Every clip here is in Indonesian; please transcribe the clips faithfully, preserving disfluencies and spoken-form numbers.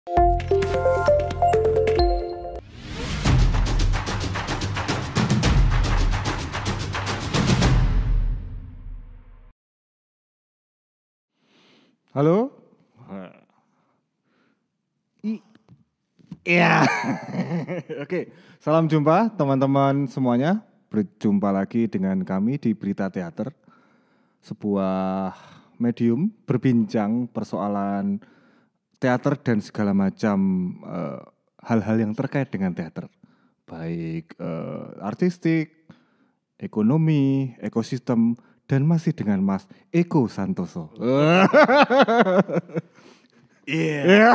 Halo? I Iya. Oke, salam jumpa teman-teman semuanya. Berjumpa lagi dengan kami di Berita Teater. Sebuah medium berbincang persoalan teater dan segala macam uh, hal-hal yang terkait dengan teater. Baik uh, artistik, ekonomi, ekosistem, dan masih dengan Mas Eko Santoso. Iya. Yeah.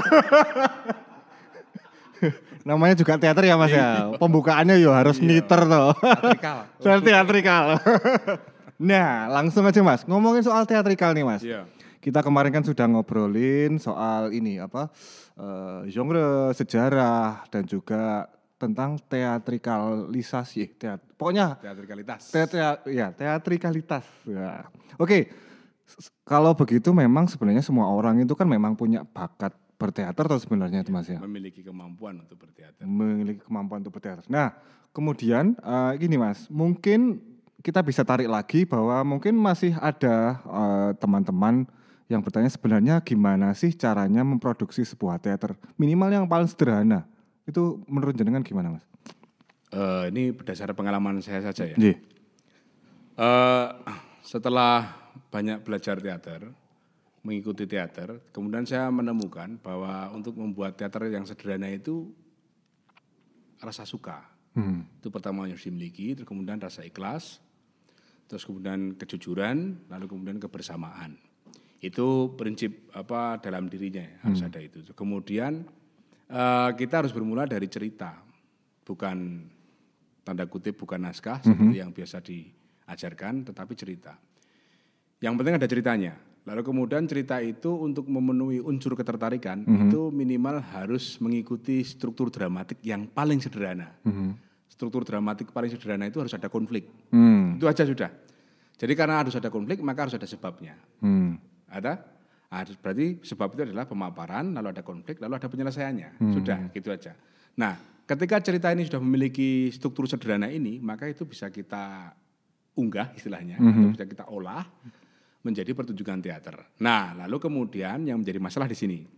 Namanya juga teater ya Mas ya. Pembukaannya yo harus yeah. Niter toh. Teatrikal. Soal teatrikal. Nah, langsung aja Mas. Ngomongin soal teatrikal nih Mas. Iya. Yeah. Kita kemarin kan sudah ngobrolin soal ini apa uh, genre, sejarah dan juga tentang teatrikalisasi, teat, pokoknya teatrikalitas. Te, te, ya, teatrikalitas. Ya. Oke, kalau begitu memang sebenarnya semua orang itu kan memang punya bakat berteater atau sebenarnya itu Mas ya? Memiliki kemampuan untuk berteater. Memiliki kemampuan untuk berteater. Nah, kemudian uh, gini Mas, mungkin kita bisa tarik lagi bahwa mungkin masih ada uh, teman-teman yang bertanya sebenarnya gimana sih caranya memproduksi sebuah teater, minimal yang paling sederhana. Itu menurut jenengan gimana Mas? Uh, ini berdasarkan pengalaman saya saja ya. Yeah. Uh, setelah banyak belajar teater, mengikuti teater, kemudian saya menemukan bahwa untuk membuat teater yang sederhana itu rasa suka. Hmm. Itu pertama yang harus dimiliki, terus kemudian rasa ikhlas, terus kemudian kejujuran, lalu kemudian kebersamaan. Itu prinsip apa dalam dirinya ya, harus hmm. ada itu. Kemudian uh, kita harus bermula dari cerita, bukan tanda kutip bukan naskah mm-hmm. seperti yang biasa diajarkan, tetapi cerita. Yang penting ada ceritanya. Lalu kemudian cerita itu untuk memenuhi unsur ketertarikan mm-hmm. itu minimal harus mengikuti struktur dramatik yang paling sederhana. Mm-hmm. Struktur dramatik paling sederhana itu harus ada konflik. Mm. Itu aja sudah. Jadi karena harus ada konflik maka harus ada sebabnya. Mm. Ada? Nah, berarti sebab itu adalah pemaparan, lalu ada konflik, lalu ada penyelesaiannya. Hmm. Sudah, gitu aja. Nah, ketika cerita ini sudah memiliki struktur sederhana ini, maka itu bisa kita unggah istilahnya, hmm. atau bisa kita olah menjadi pertunjukan teater. Nah, lalu kemudian yang menjadi masalah di sini.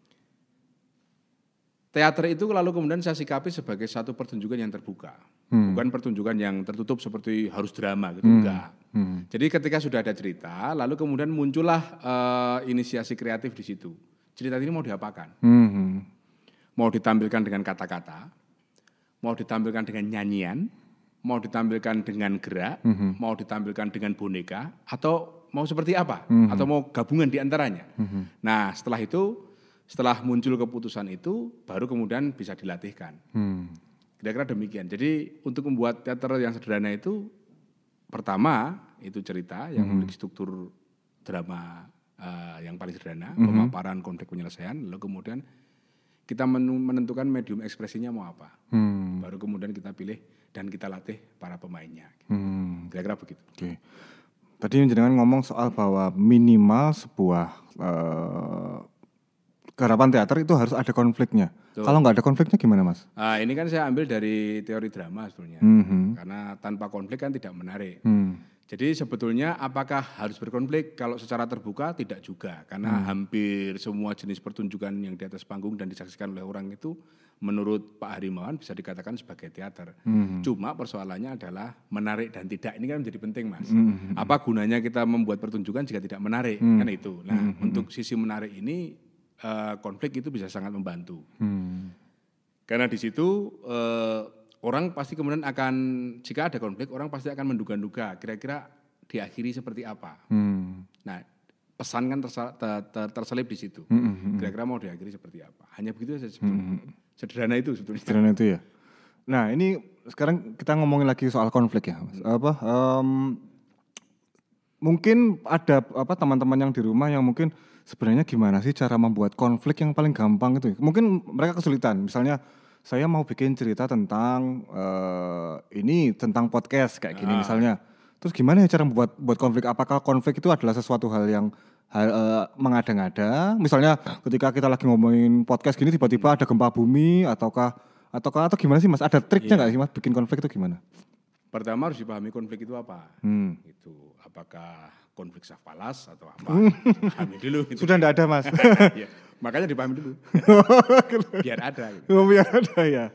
Teater itu lalu kemudian saya sikapi sebagai satu pertunjukan yang terbuka. Hmm. Bukan pertunjukan yang tertutup seperti harus drama gitu, hmm. enggak. Hmm. Jadi ketika sudah ada cerita, lalu kemudian muncullah uh, inisiasi kreatif di situ. Cerita ini mau diapakan? Hmm. Mau ditampilkan dengan kata-kata, mau ditampilkan dengan nyanyian, mau ditampilkan dengan gerak, hmm. mau ditampilkan dengan boneka, atau mau seperti apa? Hmm. Atau mau gabungan di antaranya. Hmm. Nah setelah itu, setelah muncul keputusan itu, baru kemudian bisa dilatihkan. Hmm. Kira-kira demikian. Jadi untuk membuat teater yang sederhana itu, pertama itu cerita yang hmm. memiliki struktur drama uh, yang paling sederhana, hmm. pemaparan, konflik, penyelesaian. Lalu kemudian kita menentukan medium ekspresinya mau apa. Hmm. Baru kemudian kita pilih dan kita latih para pemainnya. Hmm. Kira-kira begitu. Oke. Tadi jenengan ngomong soal bahwa minimal sebuah uh, garapan teater itu harus ada konfliknya. Tuh. Kalau nggak ada konfliknya gimana Mas? Nah, ini kan saya ambil dari teori drama sebetulnya. Mm-hmm. Karena tanpa konflik kan tidak menarik. Mm. Jadi sebetulnya apakah harus berkonflik? Kalau secara terbuka tidak juga. Karena mm. hampir semua jenis pertunjukan yang di atas panggung dan disaksikan oleh orang itu menurut Pak Harimawan bisa dikatakan sebagai teater. Mm. Cuma persoalannya adalah menarik dan tidak. Ini kan menjadi penting Mas. Mm-hmm. Apa gunanya kita membuat pertunjukan jika tidak menarik? Mm. Kan itu. Nah mm-hmm. untuk sisi menarik ini Uh, konflik itu bisa sangat membantu, hmm. karena di situ uh, orang pasti kemudian akan jika ada konflik orang pasti akan menduga-duga kira-kira diakhiri seperti apa. Hmm. Nah pesan kan tersa, ter, ter, terselip di situ, hmm. kira-kira mau diakhiri seperti apa. Hanya begitu saja sebetulnya. Hmm. Sederhana itu sebetulnya. Sederhana itu ya. Nah ini sekarang kita ngomongin lagi soal konflik ya, Mas. Apa? Um, mungkin ada apa teman-teman yang di rumah yang mungkin sebenarnya gimana sih cara membuat konflik yang paling gampang itu? Mungkin mereka kesulitan. Misalnya saya mau bikin cerita tentang uh, ini tentang podcast kayak gini ah. misalnya. Terus gimana ya cara membuat buat konflik? Apakah konflik itu adalah sesuatu hal yang hal, uh, mengada-ngada. Misalnya ketika kita lagi ngomongin podcast gini tiba-tiba ada gempa bumi ataukah ataukah atau gimana sih Mas? Ada triknya nggak yeah. sih Mas bikin konflik itu gimana? Pertama harus dipahami konflik itu apa. Hmm. Itu apakah konflik safalas atau apa? Pahami dulu. Gitu. Sudah enggak ada Mas. Ya, makanya dipahami dulu. Biar ada. Gitu. Oh, biar ada ya.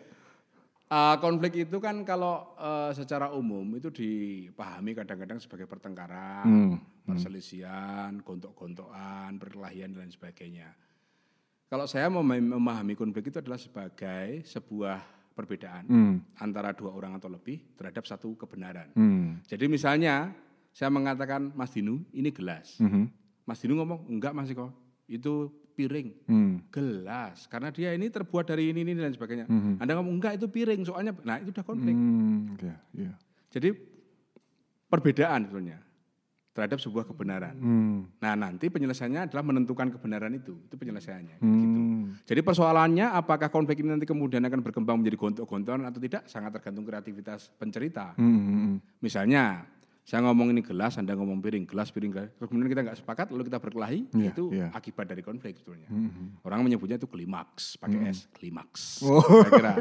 Uh, konflik itu kan kalau uh, secara umum itu dipahami kadang-kadang sebagai pertengkaran, hmm. perselisihan, gontok-gontokan, perkelahian dan lain sebagainya. Kalau saya memahami konflik itu adalah sebagai sebuah perbedaan hmm. antara dua orang atau lebih terhadap satu kebenaran. Hmm. Jadi misalnya saya mengatakan Mas Dinu ini gelas, hmm. Mas Dinu ngomong enggak Mas Iko itu piring, hmm. gelas, karena dia ini terbuat dari ini, ini dan sebagainya. Hmm. Anda ngomong enggak itu piring, soalnya, nah itu udah konflik. Hmm. Yeah, yeah. Jadi perbedaan sebetulnya terhadap sebuah kebenaran. Hmm. Nah nanti penyelesaiannya adalah menentukan kebenaran itu, itu penyelesaiannya. Hmm. Gitu. Jadi persoalannya apakah konflik ini nanti kemudian akan berkembang menjadi gontok-gontokan atau tidak, sangat tergantung kreativitas pencerita. Hmm. Misalnya saya ngomong ini gelas, Anda ngomong piring, gelas, piring, gelas. Terus kemudian kita nggak sepakat, lalu kita berkelahi, yeah, itu yeah. akibat dari konflik sebetulnya. Mm-hmm. Orang menyebutnya itu klimaks, pakai mm-hmm. S, klimaks. Oh. Kira-kira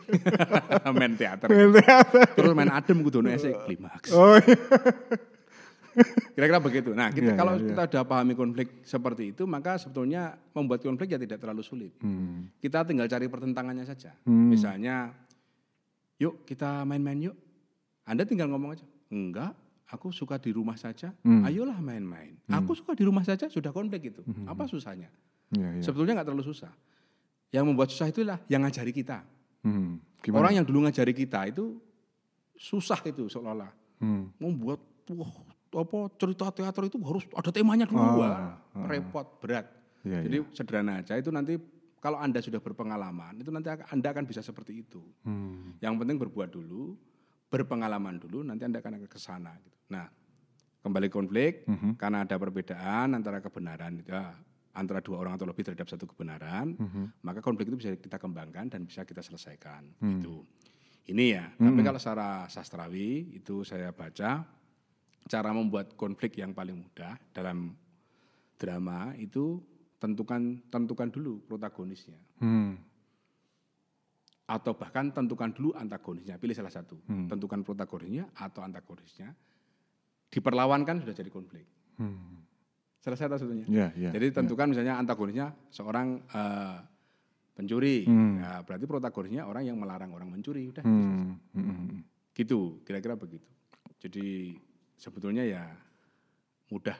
main teater. Main teater. Terus main adem kudu S, klimaks. Oh, iya. Kira-kira begitu. Nah, kita yeah, kalau yeah, kita yeah. udah pahami konflik seperti itu, maka sebetulnya membuat konflik ya tidak terlalu sulit. Mm. Kita tinggal cari pertentangannya saja. Mm. Misalnya, yuk kita main-main yuk. Anda tinggal ngomong aja, enggak. Aku suka di rumah saja, hmm. ayolah main-main. Hmm. Aku suka di rumah saja, sudah konflik itu. Hmm. Apa susahnya? Ya, ya. Sebetulnya nggak terlalu susah. Yang membuat susah itulah yang ngajari kita. Hmm. Orang yang dulu ngajari kita itu susah itu seolah-olah. Hmm. Membuat wah, apa cerita teater itu harus ada temanya dulu. Oh, wah, oh. Repot, berat. Ya, Jadi ya. Sederhana aja itu nanti kalau Anda sudah berpengalaman, itu nanti Anda akan bisa seperti itu. Hmm. Yang penting berbuat dulu, berpengalaman dulu, nanti Anda akan ke sana. Gitu. Nah, kembali konflik, mm-hmm. karena ada perbedaan antara kebenaran, ya, antara dua orang atau lebih terhadap satu kebenaran, mm-hmm. maka konflik itu bisa kita kembangkan dan bisa kita selesaikan. Mm. Gitu. Ini ya, mm-hmm. tapi kalau secara sastrawi, itu saya baca, cara membuat konflik yang paling mudah dalam drama itu tentukan tentukan dulu protagonisnya. Mm. Atau bahkan tentukan dulu antagonisnya, pilih salah satu. Hmm. Tentukan protagonisnya atau antagonisnya, diperlawankan sudah jadi konflik. Hmm. Selesai atau sebetulnya? Yeah, yeah, jadi tentukan yeah. misalnya antagonisnya seorang uh, pencuri, hmm. ya, berarti protagonisnya orang yang melarang orang mencuri, udah. Hmm. Hmm. Gitu, kira-kira begitu. Jadi sebetulnya ya mudah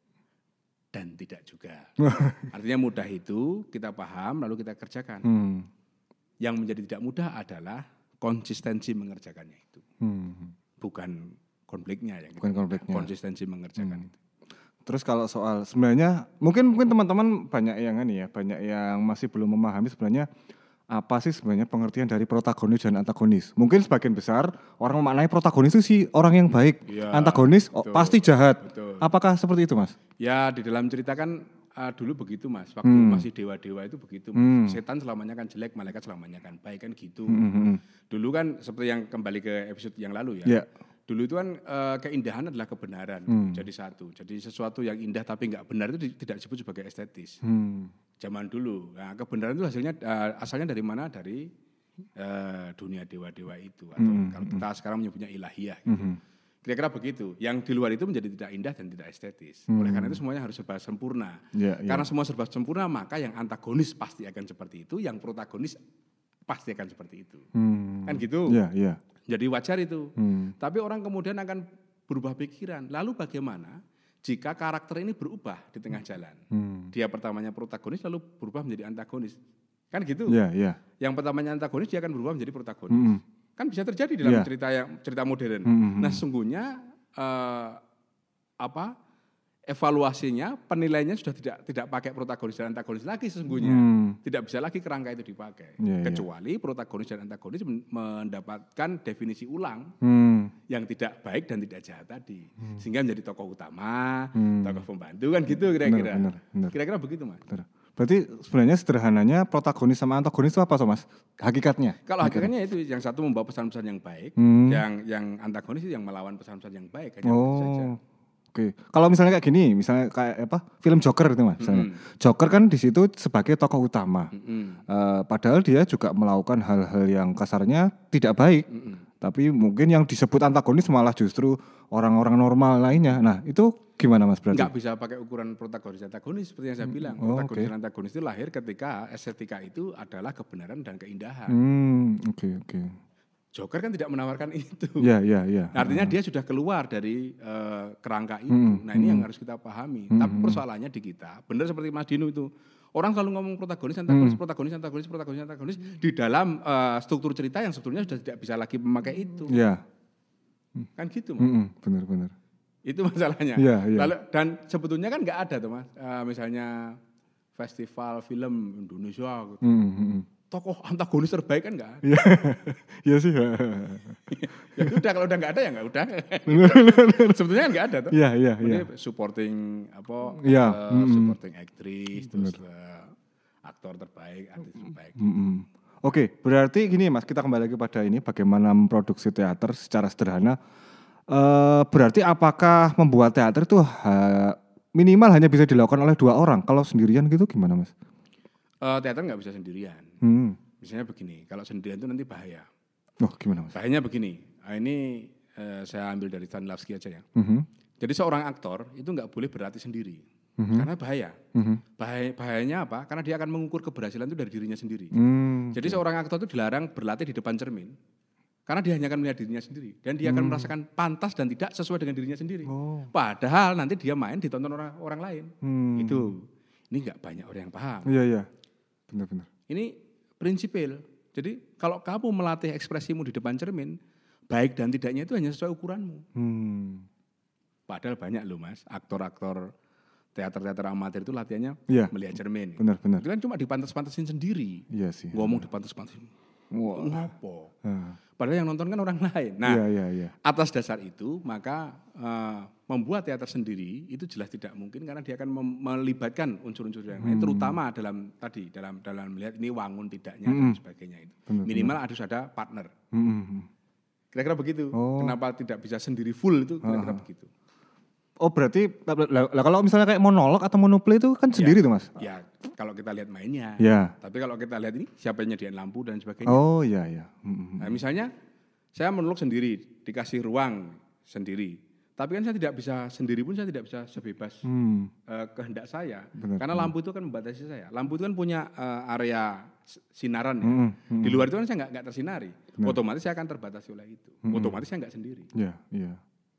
dan tidak juga. Artinya mudah itu kita paham lalu kita kerjakan. Hmm. Yang menjadi tidak mudah adalah konsistensi mengerjakannya itu, hmm. bukan konfliknya yang bukan konfliknya. Konsistensi mengerjakan hmm. itu. Terus kalau soal sebenarnya mungkin mungkin teman-teman banyak yang ini ya, banyak yang masih belum memahami sebenarnya apa sih sebenarnya pengertian dari protagonis dan antagonis. Mungkin sebagian besar orang memaknai protagonis itu sih orang yang baik, ya, antagonis oh, pasti jahat. Betul. Apakah seperti itu Mas? Ya di dalam cerita kan Uh, dulu begitu Mas, waktu hmm. masih dewa-dewa itu begitu Mas. Hmm. Setan selamanya kan jelek, malaikat selamanya kan baik kan gitu. Hmm, hmm. Dulu kan seperti yang kembali ke episode yang lalu ya. Yeah. Dulu itu kan uh, keindahan adalah kebenaran, hmm. jadi satu. Jadi sesuatu yang indah tapi nggak benar itu di, tidak disebut sebagai estetis. Hmm. Zaman dulu, nah, kebenaran itu hasilnya uh, asalnya dari mana? Dari uh, dunia dewa-dewa itu. Atau hmm. kalau kita sekarang menyebutnya ilahiyah gitu. Hmm. Kira-kira begitu. Yang di luar itu menjadi tidak indah dan tidak estetis. Hmm. Oleh karena itu semuanya harus serba sempurna. Yeah, yeah. Karena semua serba sempurna, maka yang antagonis pasti akan seperti itu, yang protagonis pasti akan seperti itu. Hmm. Kan gitu. Yeah, yeah. Jadi wajar itu. Hmm. Tapi orang kemudian akan berubah pikiran. Lalu bagaimana jika karakter ini berubah di tengah jalan? Hmm. Dia pertamanya protagonis lalu berubah menjadi antagonis. Kan gitu. Yeah, yeah. Yang pertamanya antagonis dia akan berubah menjadi protagonis. Hmm. Kan bisa terjadi di dalam yeah. cerita yang cerita modern. Mm-hmm. Nah, sesungguhnya uh, apa evaluasinya, penilaiannya sudah tidak tidak pakai protagonis dan antagonis lagi sesungguhnya. Mm. Tidak bisa lagi kerangka itu dipakai. Yeah, kecuali yeah. protagonis dan antagonis mendapatkan definisi ulang mm. yang tidak baik dan tidak jahat tadi. Mm. Sehingga menjadi tokoh utama, mm. tokoh pembantu kan gitu kira-kira. Benar, benar, benar. Kira-kira begitu Mas. Benar. Berarti sebenarnya sederhananya protagonis sama antagonis itu apa Mas? Hakikatnya? Kalau hakikatnya itu yang satu membawa pesan-pesan yang baik, hmm. yang yang antagonis itu yang melawan pesan-pesan yang baik. Hanya oh, oke Oke. Kalau misalnya kayak gini, misalnya kayak apa? Film Joker itu Mas, misalnya. Mm-hmm. Joker kan di situ sebagai tokoh utama. Mm-hmm. Uh, padahal dia juga melakukan hal-hal yang kasarnya tidak baik. Mm-hmm. Tapi mungkin yang disebut antagonis malah justru orang-orang normal lainnya. Nah, itu gimana Mas berarti? Enggak bisa pakai ukuran protagonis antagonis seperti yang saya bilang. Oh, protagonis okay. dan antagonis itu lahir ketika estetika itu adalah kebenaran dan keindahan. Hmm, oke okay, oke. Okay. Joker kan tidak menawarkan itu. Iya, iya, iya. Artinya uh. dia sudah keluar dari uh, kerangka itu. Hmm, nah, ini hmm. yang harus kita pahami. Hmm, Tapi persoalannya di kita, benar seperti Mas Dino itu. Orang selalu ngomong protagonis, antagonis, hmm. protagonis, antagonis, protagonis, antagonis di dalam uh, struktur cerita yang sebetulnya sudah tidak bisa lagi memakai itu. Iya. Hmm. Kan gitu, Mas. Hmm, benar-benar. Itu masalahnya. Iya, iya. Lalu, dan sebetulnya kan nggak ada tuh, Mas. Uh, misalnya festival film Indonesia gitu. Hmm, hmm. Tokoh antagonis terbaik kan enggak? Iya, iya sih. Ya udah, kalau udah enggak ada ya enggak udah. Sebetulnya enggak ada tuh. Iya, iya, iya. Supporting apa? Ya, uh, mm, supporting aktris, terus uh, aktor terbaik, artis terbaik. Mm, mm. Oke, berarti gini Mas, kita kembali lagi pada ini bagaimana memproduksi teater secara sederhana. Uh, berarti apakah membuat teater itu uh, minimal hanya bisa dilakukan oleh dua orang? Kalau sendirian gitu gimana Mas? Uh, teater nggak bisa sendirian. Hmm. Misalnya begini, kalau sendirian itu nanti bahaya. Oh gimana Mas? Bahayanya begini, nah, ini uh, saya ambil dari Stanislavski aja ya. Mm-hmm. Jadi seorang aktor itu nggak boleh berlatih sendiri, mm-hmm. karena bahaya. Mm-hmm. Bahaya. Bahayanya apa? Karena dia akan mengukur keberhasilan itu dari dirinya sendiri. Mm, Jadi okay. seorang aktor itu dilarang berlatih di depan cermin, karena dia hanya akan melihat dirinya sendiri. Dan dia mm. akan merasakan pantas dan tidak sesuai dengan dirinya sendiri. Oh. Padahal nanti dia main ditonton orang, orang lain. Mm. Itu, ini nggak banyak orang yang paham. Iya, iya. Benar-benar. Ini prinsipil. Jadi kalau kamu melatih ekspresimu di depan cermin, baik dan tidaknya itu hanya sesuai ukuranmu. Hmm. Padahal banyak loh Mas, aktor-aktor teater-teater amatir itu latihannya ya, melihat cermin. Benar-benar. Itu kan cuma dipantas-pantasin sendiri. Iya sih. Ngomong dipantas-pantasin. Wow. Ngopo. Uh. Padahal yang nonton kan orang lain. Nah, ya, ya, ya. atas dasar itu maka uh, membuat teater sendiri itu jelas tidak mungkin karena dia akan mem- melibatkan unsur-unsur yang lain, hmm. terutama dalam tadi dalam dalam melihat ini wangun tidaknya hmm. dan sebagainya itu. Benar, minimal benar. Harus ada partner. Hmm. Kira-kira begitu. Oh. Kenapa tidak bisa sendiri full itu kira-kira uh-huh. begitu. Oh berarti lah, lah, kalau misalnya kayak monolog atau monoplay itu kan sendiri ya, tuh Mas? Ya kalau kita lihat mainnya. Ya. Tapi kalau kita lihat ini siapa yang nyediain lampu dan sebagainya. Oh iya iya. Mm-hmm. Nah misalnya saya monolog sendiri, dikasih ruang sendiri. Tapi kan saya tidak bisa sendiri pun saya tidak bisa sebebas hmm. uh, kehendak saya. Benar, karena benar. Lampu itu kan membatasi saya. Lampu itu kan punya uh, area sinaran ya. Hmm, hmm. Di luar itu kan saya nggak nggak tersinari. Benar. Otomatis saya akan terbatasi oleh itu. Hmm. Otomatis saya nggak sendiri. Iya iya.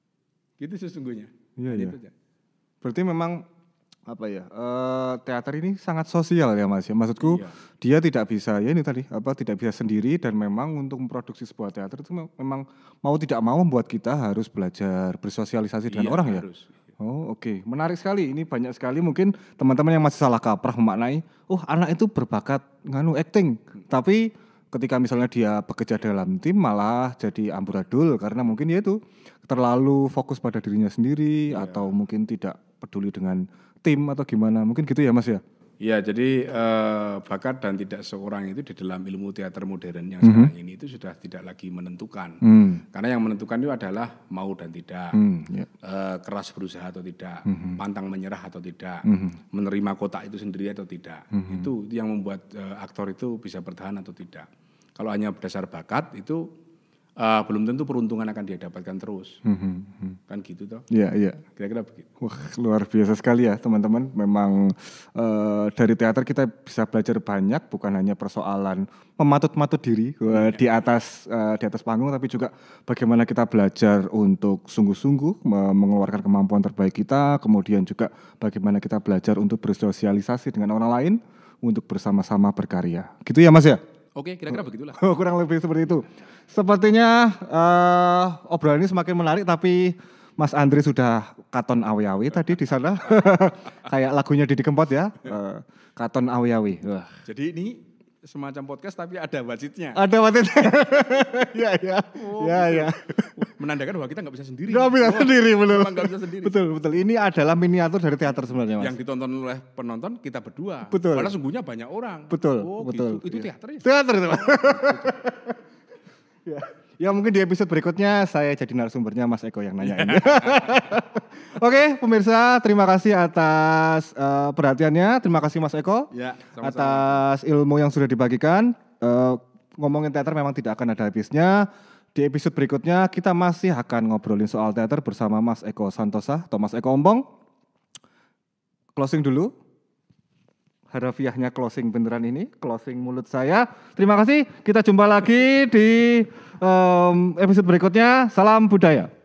Gitu sesungguhnya. Iya iya. Berarti memang apa ya uh, teater ini sangat sosial ya Mas ya. Maksudku iya. Dia tidak bisa ya ini tadi apa tidak bisa sendiri dan memang untuk memproduksi sebuah teater itu memang mau tidak mau membuat kita harus belajar bersosialisasi dengan iya, orang harus. Ya. Oh oke okay. Menarik sekali ini banyak sekali mungkin teman-teman yang masih salah kaprah memaknai oh anak itu berbakat nganu acting hmm. tapi ketika misalnya dia bekerja dalam tim malah jadi amburadul karena mungkin dia itu terlalu fokus pada dirinya sendiri iya. Atau mungkin tidak peduli dengan tim atau gimana mungkin gitu ya Mas ya? Iya jadi eh, bakat dan tidak seorang itu di dalam ilmu teater modern yang mm-hmm. sekarang ini itu sudah tidak lagi menentukan mm. karena yang menentukan itu adalah mau dan tidak mm, yeah. eh, keras berusaha atau tidak mm-hmm. pantang menyerah atau tidak mm-hmm. menerima kotak itu sendiri atau tidak mm-hmm. itu yang membuat eh, aktor itu bisa bertahan atau tidak. Kalau hanya berdasar bakat itu uh, belum tentu peruntungan akan dia dapatkan terus, mm-hmm. kan gitu toh? Iya iya. Kira-kira begitu. Wah luar biasa sekali ya teman-teman. Memang uh, dari teater kita bisa belajar banyak, bukan hanya persoalan mematut-matut diri uh, di atas uh, di atas panggung, tapi juga bagaimana kita belajar untuk sungguh-sungguh mengeluarkan kemampuan terbaik kita, kemudian juga bagaimana kita belajar untuk bersosialisasi dengan orang lain, untuk bersama-sama berkarya. Gitu ya Mas ya? Oke, kira-kira begitulah. Kurang lebih seperti itu. Sepertinya uh, obrolan ini semakin menarik, tapi Mas Andri sudah katon awi-awi tadi di sana. Kayak lagunya Didi Kempot ya, uh, katon awi-awi. Wah. Jadi ini semacam podcast tapi ada wasitnya. Ada wasitnya. Iya, iya. Oh, ya, ya. Menandakan bahwa kita nggak bisa sendiri. Nggak bisa oh, sendiri, betul. Nggak bisa sendiri. Betul, betul. Ini adalah miniatur dari teater sebenarnya, Mas. Yang ditonton oleh penonton kita berdua. Betul. Padahal sungguhnya banyak orang. Betul, oh, betul. Gitu. Itu ya. teater ya? Teater itu, Mas. Ya. Ya mungkin di episode berikutnya saya jadi narasumbernya Mas Eko yang nanyain. Oke, pemirsa, terima kasih atas uh, perhatiannya. Terima kasih Mas Eko Ya, sama-sama. atas ilmu yang sudah dibagikan. Uh, ngomongin teater memang tidak akan ada habisnya. Di episode berikutnya kita masih akan ngobrolin soal teater bersama Mas Eko Santosa atau Mas Eko Ompong. Closing dulu. Harafiahnya closing beneran ini, closing mulut saya. Terima kasih, kita jumpa lagi di um, episode berikutnya. Salam budaya.